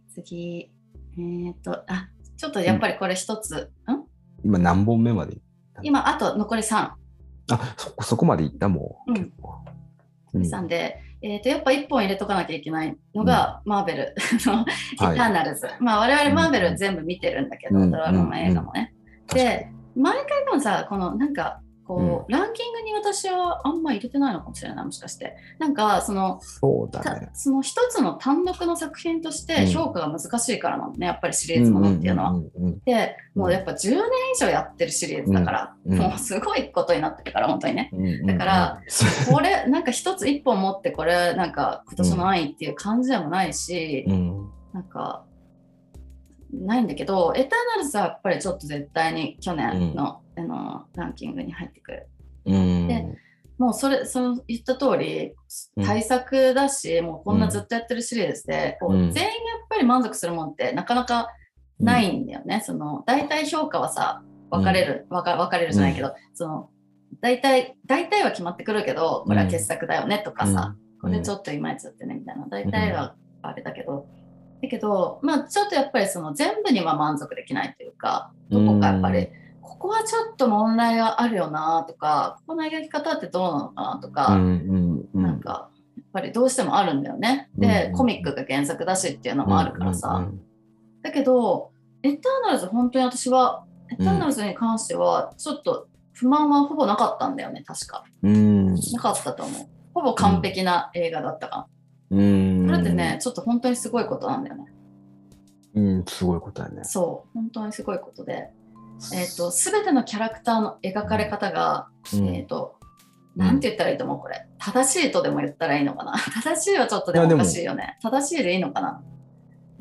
次。えー、っと、あ、ちょっとやっぱりこれ一つ、うん、 今何本目までいった？ 今、あと残りさん。 あ、そこ、そこまでいったもん。 うん、結構。残りさんで、えー、とやっぱいっぽん入れとかなきゃいけないのが、うん、マーベルのエターナルズ。はい、まあ我々マーベル全部見てるんだけど、ドラマも映画もね。うん、で、毎回でもさ、このなんか、こう、うん、ランキングに私はあんま入れてないのかもしれない、もしかして。なんか、その、 そうだね、 その一つの単独の作品として評価が難しいからなのね、やっぱりシリーズものっていうのは。で、もうやっぱじゅうねん以上やってるシリーズだから、うん、もうすごいことになってるから、本当にね。だから、これ、なんか一つ一本持ってこれ、なんか今年の何位っていう感じでもないし、うん、なんか、ないんだけど、エターナルズはやっぱりちょっと絶対に去年の、うん、あのランキングに入ってくる。うん、でもうそれその言った通り対策だし、うん、もうこんなずっとやってるシリーズで、うん、こう全員がやっぱり満足するもんってなかなかないんだよね。うん、その大体評価はさ分かれる、うん、分か、分かれるじゃないけど、うん、その大体大体は決まってくるけどこれは傑作だよねとかさ、うん、これちょっといまいちだってねみたいな大体はあれだけど。だけど、まあちょっとやっぱりその全部には満足できないというか、どこかやっぱり、ここはちょっと問題があるよなとか、ここの描き方ってどうなのかなとか、なんか、やっぱりどうしてもあるんだよね。で、コミックが原作だしっていうのもあるからさ。だけど、エターナルズ本当に私は、エターナルズに関しては、ちょっと不満はほぼなかったんだよね、確か。なかったと思う。ほぼ完璧な映画だったか。うん、それってね、ちょっと本当にすごいことなんだよね。 うん、すごいことだね。 そう、本当にすごいことで、えっと、すべてのキャラクターの描かれ方が、うん、えっと、なんて言ったらいいと思う、これ。正しいとでも言ったらいいのかな。正しいはちょっとでもおかしいよね。正しいでいいのかな。うん、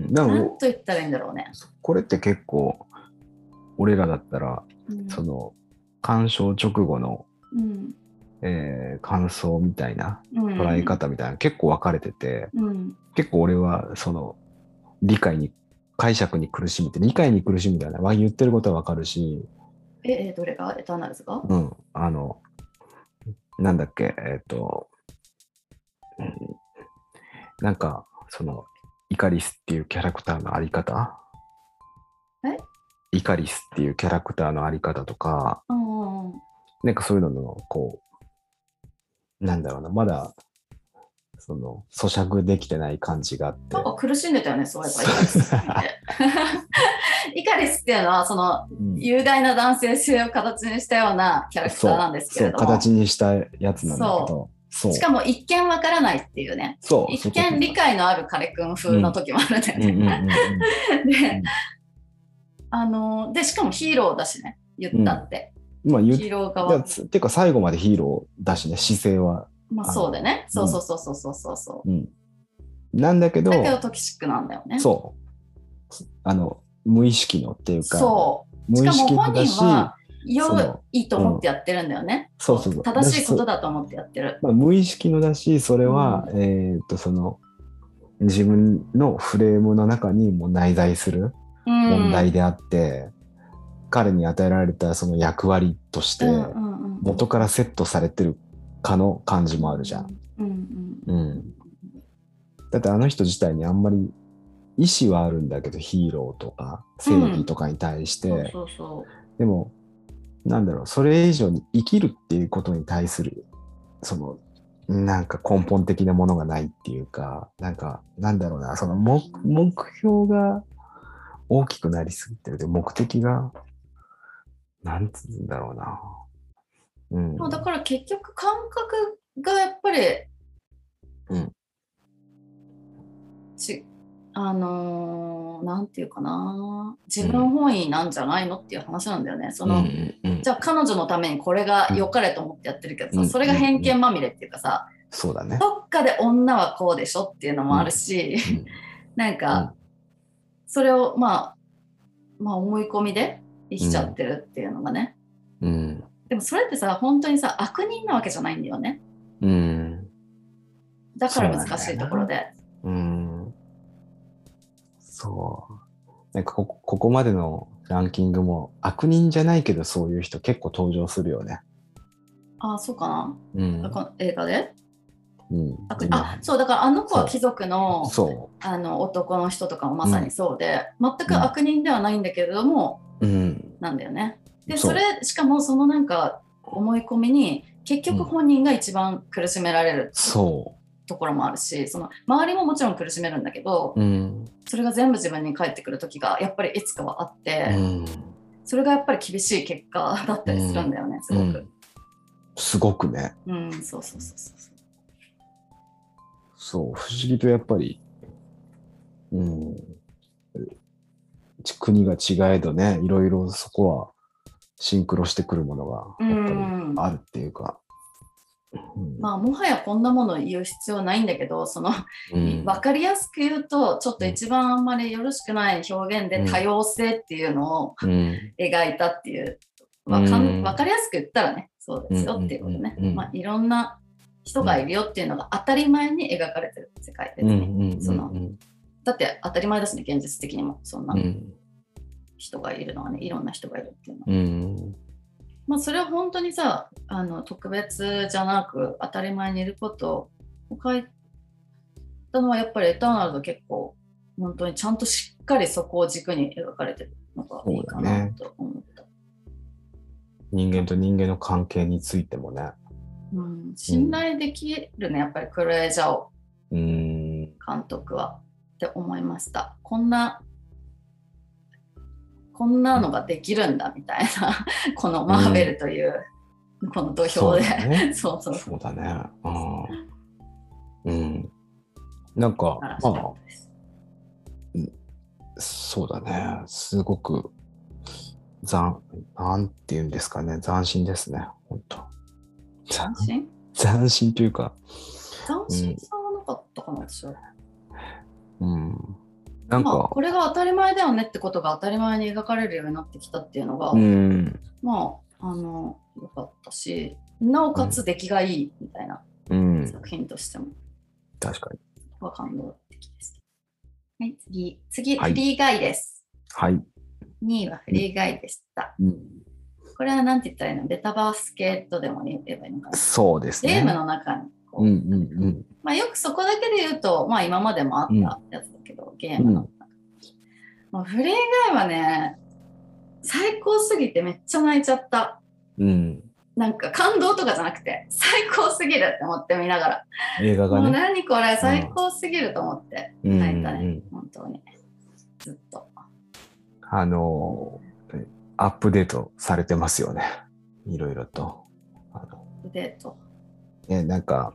でもなんと言ったらいいんだろうね。 これって結構、俺らだったら、うん、その、鑑賞直後の、うんえー、感想みたいな捉え方みたいな、うん、結構分かれてて、うん、結構俺はその理解に解釈に苦しむって理解に苦しむみたいな言ってることは分かるし、 ええどれがエターナルズが？ うんあのなんだっけえっ、ー、と、うん、なんかそのイカリスっていうキャラクターのあり方えイカリスっていうキャラクターのあり方とか、うん、なんかそういうののこうなんだろうな、まだ、その、咀嚼できてない感じがあって。 なんか苦しんでたよね、そういえばイカリスって。イカリスっていうのは、その、うん、有害な男性性を形にしたようなキャラクターなんですけれども。 そう、そう形にしたやつなんだけど。 しかも一見わからないっていうね。そう一見理解のある彼くん風の時もあるんだよね。で、あの、で、しかもヒーローだしね、言ったって。うん、まあ、ヒーロー側。 てか最後までヒーローだしね、姿勢は。 まあそうでね。そうそうそうそうそうそう。うん、 なんだけど、 だけどトキシックなんだよね。 そう。あの、無意識のっていうか、 そう。無意識のだし、しかも本人は良いと思ってやってるんだよね。うん、そうそうそう。正しいことだと思ってやってる。 まあ、無意識のだし、それは、うん、えっと、その、自分のフレームの中にも内在する問題であって、うん、彼に与えられたその役割として、元からセットされてるかの感じもあるじゃん。うんうんうん、だってあの人自体にあんまり意志はあるんだけど、ヒーローとか正義とかに対して、うん、そうそうそう、でもなんだろう、それ以上に生きるっていうことに対するそのなんか根本的なものがないっていうか、なんかなんだろうな、その 目, 目標が大きくなりすぎてるで、目的がなんつうんだろうな、 うん、だから結局感覚がやっぱり、うん、ちあのー、なんていうかな、自分本位なんじゃないのっていう話なんだよね。その、うんうん、じゃあ彼女のためにこれが良かれと思ってやってるけどさ、うん、それが偏見まみれっていうかさ、 うん、そうだね、 どっかで女はこうでしょっていうのもあるし、うんうん、なんか、それをまあ、まあ思い込みで生きちゃってるっていうのがね。うん、でもそれってさ、本当にさ、悪人なわけじゃないんだよね。うん、だから難しいところで。うん、 そう。なんかこ、ここまでのランキングも悪人じゃないけどそういう人結構登場するよね。 ああ、そうかな。うん、映画で、うん、あ、そう、だからあの子は貴族の、あの男の人とかもまさにそうで、うん、全く悪人ではないんだけれども、うん、なんだよね。で、それ、しかもそのなんか思い込みに結局本人が一番苦しめられる。そう。ところもあるし、その周りももちろん苦しめるんだけど、うん、それが全部自分に返ってくる時がやっぱりいつかはあって、うん、それがやっぱり厳しい結果だったりするんだよね、うん、すごく、うん、 すごくね、 うん、そうそうそうそうそう、不思議とやっぱり、うん、国が違えどね、いろいろそこはシンクロしてくるものがやっぱりあるっていうか、 うん、まあもはやこんなもの言う必要はないんだけど、その、うん、分かりやすく言うとちょっと一番あんまりよろしくない表現で多様性っていうのを、うん、描いたっていう、わかん、分かりやすく言ったらね、そうですよっていうことね、まあ、いろんな人がいるよっていうのが当たり前に描かれてる世界ですね。そのだって当たり前だしね、現実的にもそんな人がいるのはね、いろんな人がいるっていうのは、うんまあ、それは本当にさ、あの特別じゃなく当たり前にいることを書いたのはやっぱりエターナルド結構本当にちゃんとしっかりそこを軸に描かれてるのがいいかなと思った、ね、 人間と人間の関係についてもね、 うん、信頼できるね、やっぱりクロエ・ジャオ監督はって思いました。こんなこんなのができるんだみたいなこのマーベルという、うん、この土俵でそうそうそうだね、うん、なんかまあ、うん、そうだね、すごく斬なんていうんですかね、斬新ですね、本当。 斬新？ 斬新というか、 斬新さはなかったかな、私は。 うん。なんか、 まあ、これが当たり前だよねってことが当たり前に描かれるようになってきたっていうのが、うん、まあ、あの、良かったし、なおかつ出来がいいみたいな、うん、作品としても。 確かに。 は感動的です。はい、次、次、はい、フリーガイです。はい。にいはフリーガイでした。うん、これは何て言ったらいいの？メタバース系とでも言えばいいのかな。 そうですね。 ゲームの中にこう、うんうんうん、まあ、よくそこだけで言うと、まあ今までもあったやつだけど、うん、ゲームの中、うんまあ、フリーガイはね、最高すぎてめっちゃ泣いちゃった。うん、なんか感動とかじゃなくて、最高すぎるって思って見ながら。 映画がね。 もう何これ、最高すぎると思って泣いたね、うんうん、本当に。ずっと。 あのー、アップデートされてますよね。いろいろと。 アップデート。 ね、なんか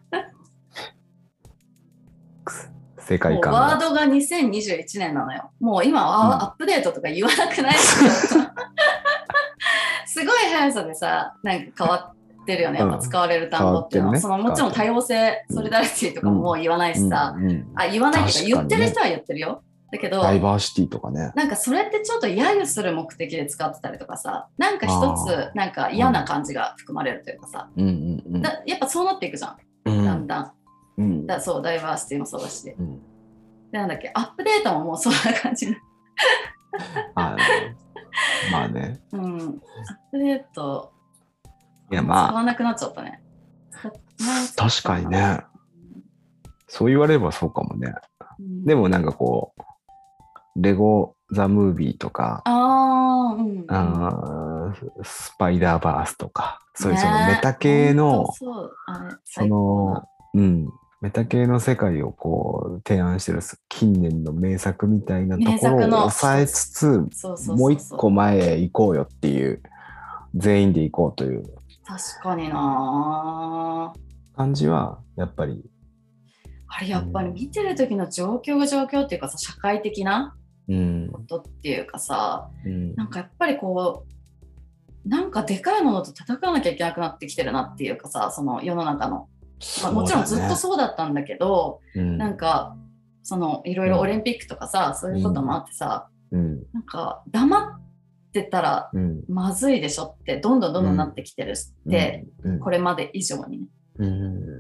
世界観もうワードがにせんにじゅういちねんなのよ。もう今は、うん、アップデートとか言わなくないですよ。すごい速さでさ、なんか変わってるよね。やっぱ使われる単語っていうのは、うんね、そのもちろん多様性、ソリダリティとかももう言わないしさ、うんうん、あ言わないっていうか、言ってる人は言ってるよ。だけど、 ダイバーシティとかね。 なんかそれってちょっと揶揄する目的で使ってたりとかさ、なんか一つなんか嫌な感じが含まれるというかさ、うんうんうん、だやっぱそうなっていくじゃん、うん、だんだん。うん、だそう、ダイバーシティもそうだし、うん、でなんだっけ、アップデートももうそんな感じあまあね、 うん、アップデートいやまあ使わなくなっちゃったね。 確かにね、そう言われればそうかもね、うん、でもなんかこうレゴザムービーとか、 あ、うんうん、 あスパイダーバースとか、そういうそのメタ系の、 そうあれその、うん、メタ系の世界をこう提案してる近年の名作みたいなところを抑えつつ、もう一個前へ行こうよっていう、全員で行こうという。 確かにな感じはやっぱり。 あれやっぱり見てる時の状況が状況っていうかさ、社会的なことっていうかさ、うん、なんかやっぱりこうなんかでかいものと戦わなきゃいけなくなってきてるなっていうかさ、その世の中の、まあ、もちろんずっとそうだったんだけど、うん、なんかそのいろいろオリンピックとかさ、うん、そういうこともあってさ、うん、なんか黙ってたらまずいでしょってどんどんどんどんなってきてるって、うん、これまで以上にね、うん、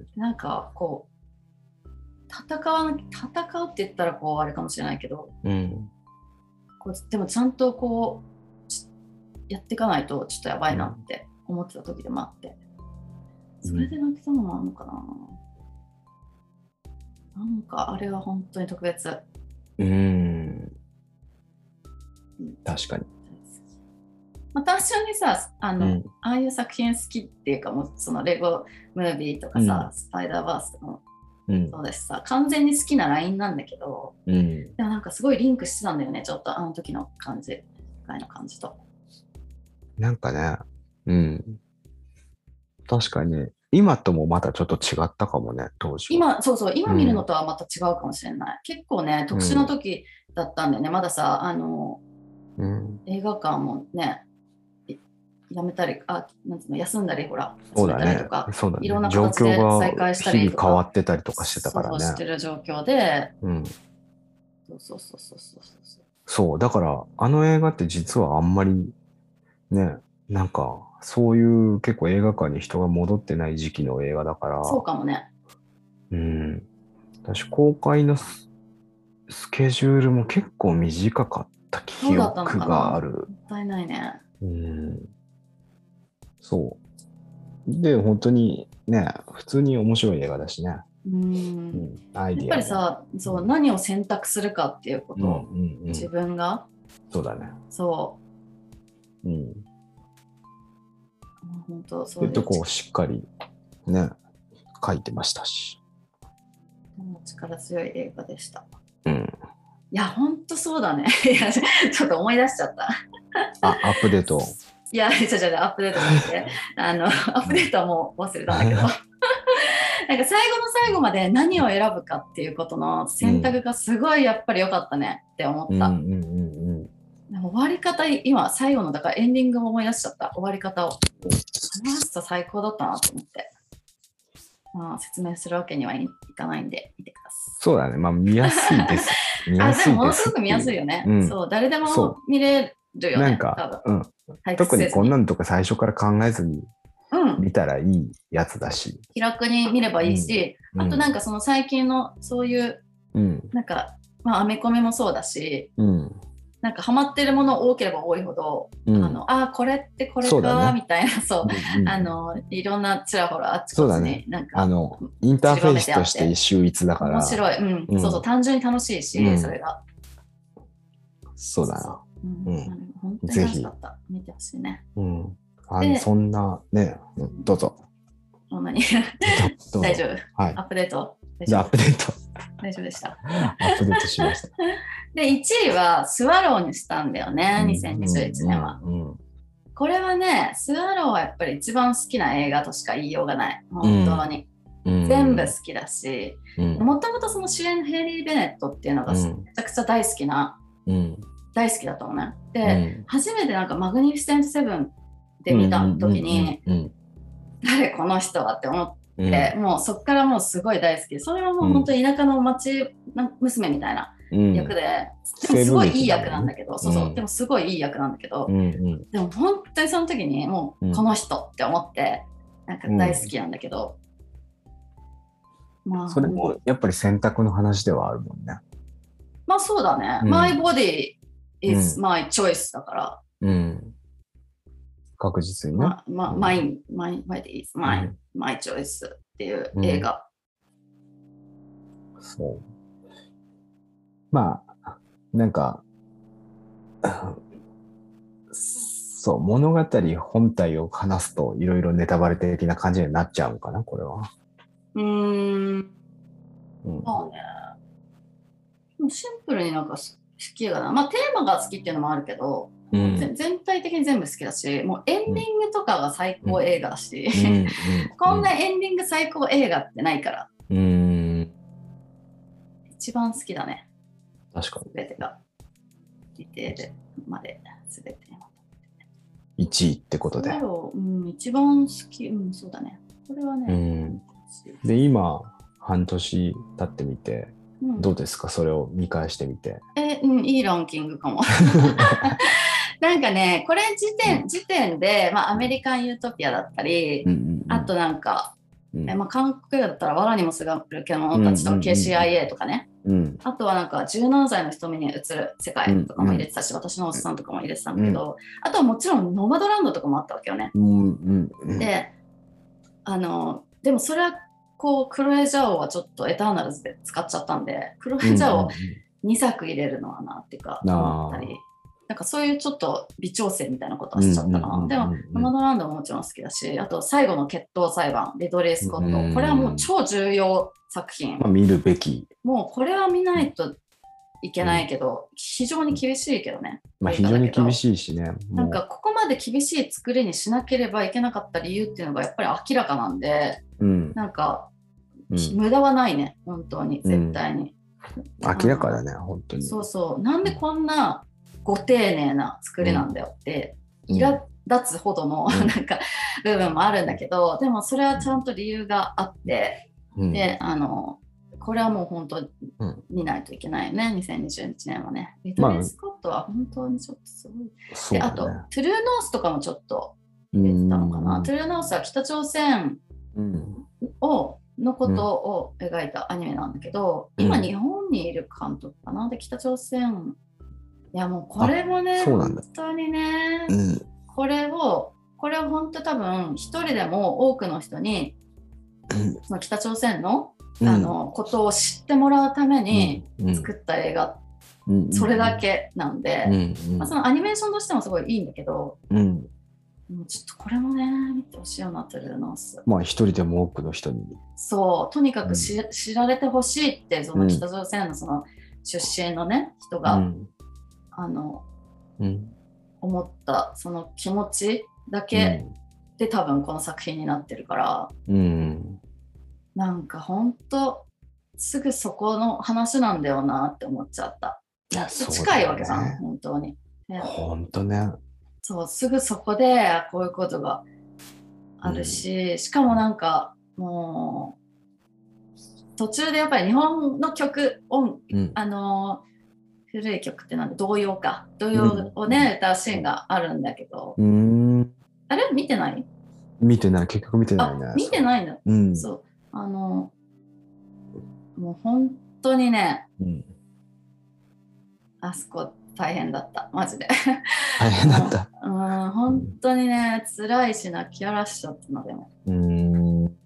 なんかこう戦わな戦うって言ったらこうあれかもしれないけど、うん、こうでもちゃんとこうやっていかないとちょっとやばいなって思ってた時でもあって、それで泣きたのもあるのかな、うん、なんかあれは本当に特別。 うーん、確かに。 また一緒にさ、あの、うん、ああいう作品好きっていうか、もうそのレゴムービーとかさ、うん、スパイダーバースとかもうん、そうですさ、完全に好きなラインなんだけど、うん、でもなんかすごいリンクしてたんだよね、ちょっとあの時の感じ、世界の感じと。 なんかね、うん。確かにね、今ともまたちょっと違ったかもね、当時は。 今、そうそう、今見るのとはまた違うかもしれない。うん、結構ね、特殊な時だったんだよね、うん、まださ、あの、うん、映画館もね、やめたり、あ、なんつうの、休んだり、ほら、 そうだね、そうだね、いろんな形で再開したりとか、日々変わってたりとかしてたからね。 そうしてる状況で、うん、そうそうそうそうそうそう。 そう、だからあの映画って実はあんまりね、なんかそういう結構映画館に人が戻ってない時期の映画だから。 そうかもね。 うん。私公開のスケジュールも結構短かった記憶がある。 もったいないね。 うん。そう。で、本当にね、普通に面白い映画だしね。うん、 うん、アイディアやっぱりさ、そう、うん、何を選択するかっていうことを、うんうんうん、自分が。 そうだね。 そう。うん。本当そういう。 とこうしっかりね、書いてましたし。 力強い映画でした。うん。いや、本当そうだね。いや、ちょっと思い出しちゃった。 あ、アップデート。 いや、ちょちょ、アップデートして、あの、アップデートはもう忘れたんだけど。なんか最後の最後まで何を選ぶかっていうことの選択がすごいやっぱり良かったねって思った。うんうんうんうん、終わり方、今最後のだからエンディングも思い出しちゃった、終わり方を。あのラスト最高だったなと思って。まあ、説明するわけにはいかないんで見てください。 そうだね、まあ見やすいです。見やすいです。 あ、でもものすごく見やすいよね。うん、そう、誰でも見れるよね。 なんか、うん、特にこんなのとか最初から考えずに見たらいいやつだし、うん、 気楽に見ればいいし、うん、あとなんかその最近のそういう、うん、なんかまあアメコミもそうだし、うん、なんかハマってるもの多ければ多いほど、うん、あのあこれってこれか、ね、みたいな、そう、うん、あのいろんなちらほらあっちこっちになんか、 ね、あのインターフェースとして秀逸だから面白い、うんうん、そうそう、単純に楽しいし、うん、それがそうだな、 うんうん、本当に楽しかった。見てほしいね。 うん。あのそんなね、どうぞ。 何大丈夫、はい、アップデートじゃあアップデート大丈夫でした。 アップデートしました。 で、いちいはスワローにしたんだよね、にせんにじゅういちねんは。うんうん、 これはね、スワローはやっぱり一番好きな映画としか言いようがない。本当に。うん、全部好きだし、もともとその主演のヘイリー・ベネットっていうのがめちゃくちゃ大好きな、うん、大好きだったのね。で、うん、初めてなんかマグニフィセント・セブンで見た時に、誰この人はって思って、うん、もうそっからもうすごい大好き。それはもう本当に田舎の町娘みたいな役で、うん、でもすごいいい役なんだけど、うん、そうそう、でもすごいいい役なんだけど、うんうん、でも本当にその時にもうこの人って思って、なんか大好きなんだけど、 うん、まあ、それもやっぱり選択の話ではあるもんね。 まあそうだね。うん、My body is my choice だから。うん。 確実にね。 ま、ま、うん、my, my body is my,、うん、my choice っていう映画。 うん、そう。まあ、なんか、そう、物語本体を話すといろいろネタバレ的な感じになっちゃうのかな、これは。うーん。 うん、まあね。シンプルになんか好きだな。まあテーマが好きっていうのもあるけど、うん、全体的に全部好きだし、もうエンディングとかが最高映画だし、うんうん、こんなエンディング最高映画ってないから。うん、一番好きだね。 確かに。 全てが。ディテールまで全て。 いちいってことで。 うん、一番好き、うん、そうだね。これはね。うん、 で、今、半年経ってみて、うん、どうですか、それを見返してみて。 え、うん、いいランキングかも。なんかね、これ時点、うん、時点で、まあ、アメリカンユートピアだったり、うんうんうん、あとなんか、うんえまあ、韓国だったら、藁にもすがる獣たちとか ケーシーアイエー とかね、うん、あとはなんかじゅうななさいの瞳に映る世界とかも入れてたし、うん、私のおっさんとかも入れてたんだけど、うん、あとはもちろんノマドランドとかもあったわけよね。うんうん、で、あの、でもそれはこう、クロエジャオはちょっとエターナルズで使っちゃったんで、クロエジャオをにさく入れるのはなっていうか、思ったり。なんかそういうちょっと微調整みたいなことはしちゃったな。でも、ノマドランドももちろん好きだし、あと最後の決闘裁判、リドリー・スコット。これはもう超重要作品。 まあ、見るべき。 もうこれは見ないといけないけど、うん、非常に厳しいけどね。 まあ非常に厳しいしね。 なんかここまで厳しい作りにしなければいけなかった理由っていうのがやっぱり明らかなんで、うん、なんか、うん、無駄はないね、本当に、絶対に。 うん、明らかだね、本当に。 そうそう。なんでこんな、ご丁寧な作りなんだよって、うん、苛立つほどの、うん、なんか部分もあるんだけど、でもそれはちゃんと理由があって、うん、であのこれはもう本当に見ないといけないよね、にせんにじゅういちねんはね。リドリー・スコットは本当にちょっとすごい、まあ、であとトゥルーノースとかもちょっと入れてたのかな。トゥルーノースは北朝鮮をのことを描いたアニメなんだけど、うん、今日本にいる監督かな。で北朝鮮いやもうこれもね、本当にね、うん、これを、これを本当多分一人でも多くの人に、うん、その北朝鮮の、うん、あのことを知ってもらうために作った映画、うん、それだけなんで、うんうんまあ、そのアニメーションとしてもすごいいいんだけど、うん、もうちょっとこれもね、見てほしいよな、トゥルーノース。 まあ一人でも多くの人に。 そう、とにかくし、うん、知られてほしいって、その北朝鮮のその出身のね、人が、うんあの、うん、思ったその気持ちだけで、うん、多分この作品になってるから、うん、なんかほんとすぐそこの話なんだよなって思っちゃった。いやそうだね、近いわけじゃん本当に。 本当ね。 そうすぐそこでこういうことがあるし、うん、しかもなんかもう途中でやっぱり日本の曲音、うん、あの古い曲ってなんだ童謡か童謡をね、うん、歌うシーンがあるんだけど、うん、あれ見てない？ 見てない結局見てないね。 見てないんだ。うん、そうあのもう本当にね、うん、あそこ大変だったマジで。 大変だった。 うん本当にね辛いし泣き荒らしちゃったのでも。うん。うん。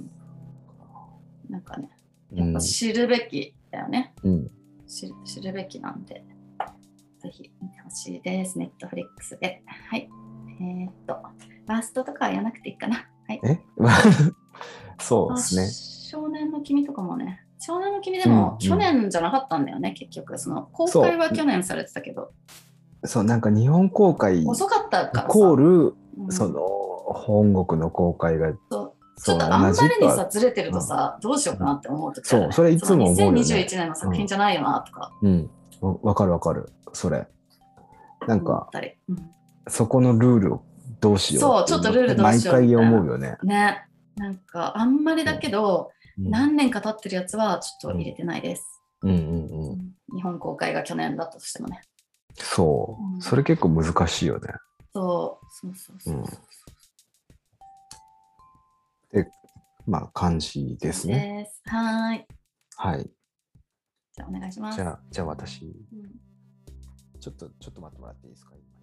なんかねやっぱ知るべき。だよね、うん、知, 知るべきなんでぜひ見てほしいです。ネットフリックスで。はいえー、っとバーストとかはやらなくていいかな。はいえそうですね。 少年の君とかもね少年の君でも、うん、去年じゃなかったんだよね、うん、結局その公開は去年されてたけどそう、なんか日本公開遅かったからさ。 イコール、 うん、 その本国の公開が。 そうちょっとあんまりにさ、ずれてるとさ、うん、どうしようかなって思うときある、ね、 そう、それいつも思うよね。 にせんにじゅういちねんの作品じゃないよなとか。 うん、わ、うん、かるわかる。それ。なんか、 うん、 そこのルールをどうしよう。 そう、ちょっとルールどうしようみたいな。 毎回思うよね。 ね。なんか、あんまりだけど、うん、何年か経ってるやつはちょっと入れてないです。 うんうんうんうん、 日本公開が去年だったとしてもね。 そう、うん、それ結構難しいよね。 そう、そうそうそうそう。 うん、で、まあ、感じですね。 です。はい。 はい。 じゃあ、お願いします。 じゃあ、じゃあ私、うん、ちょっと、ちょっと待ってもらっていいですか。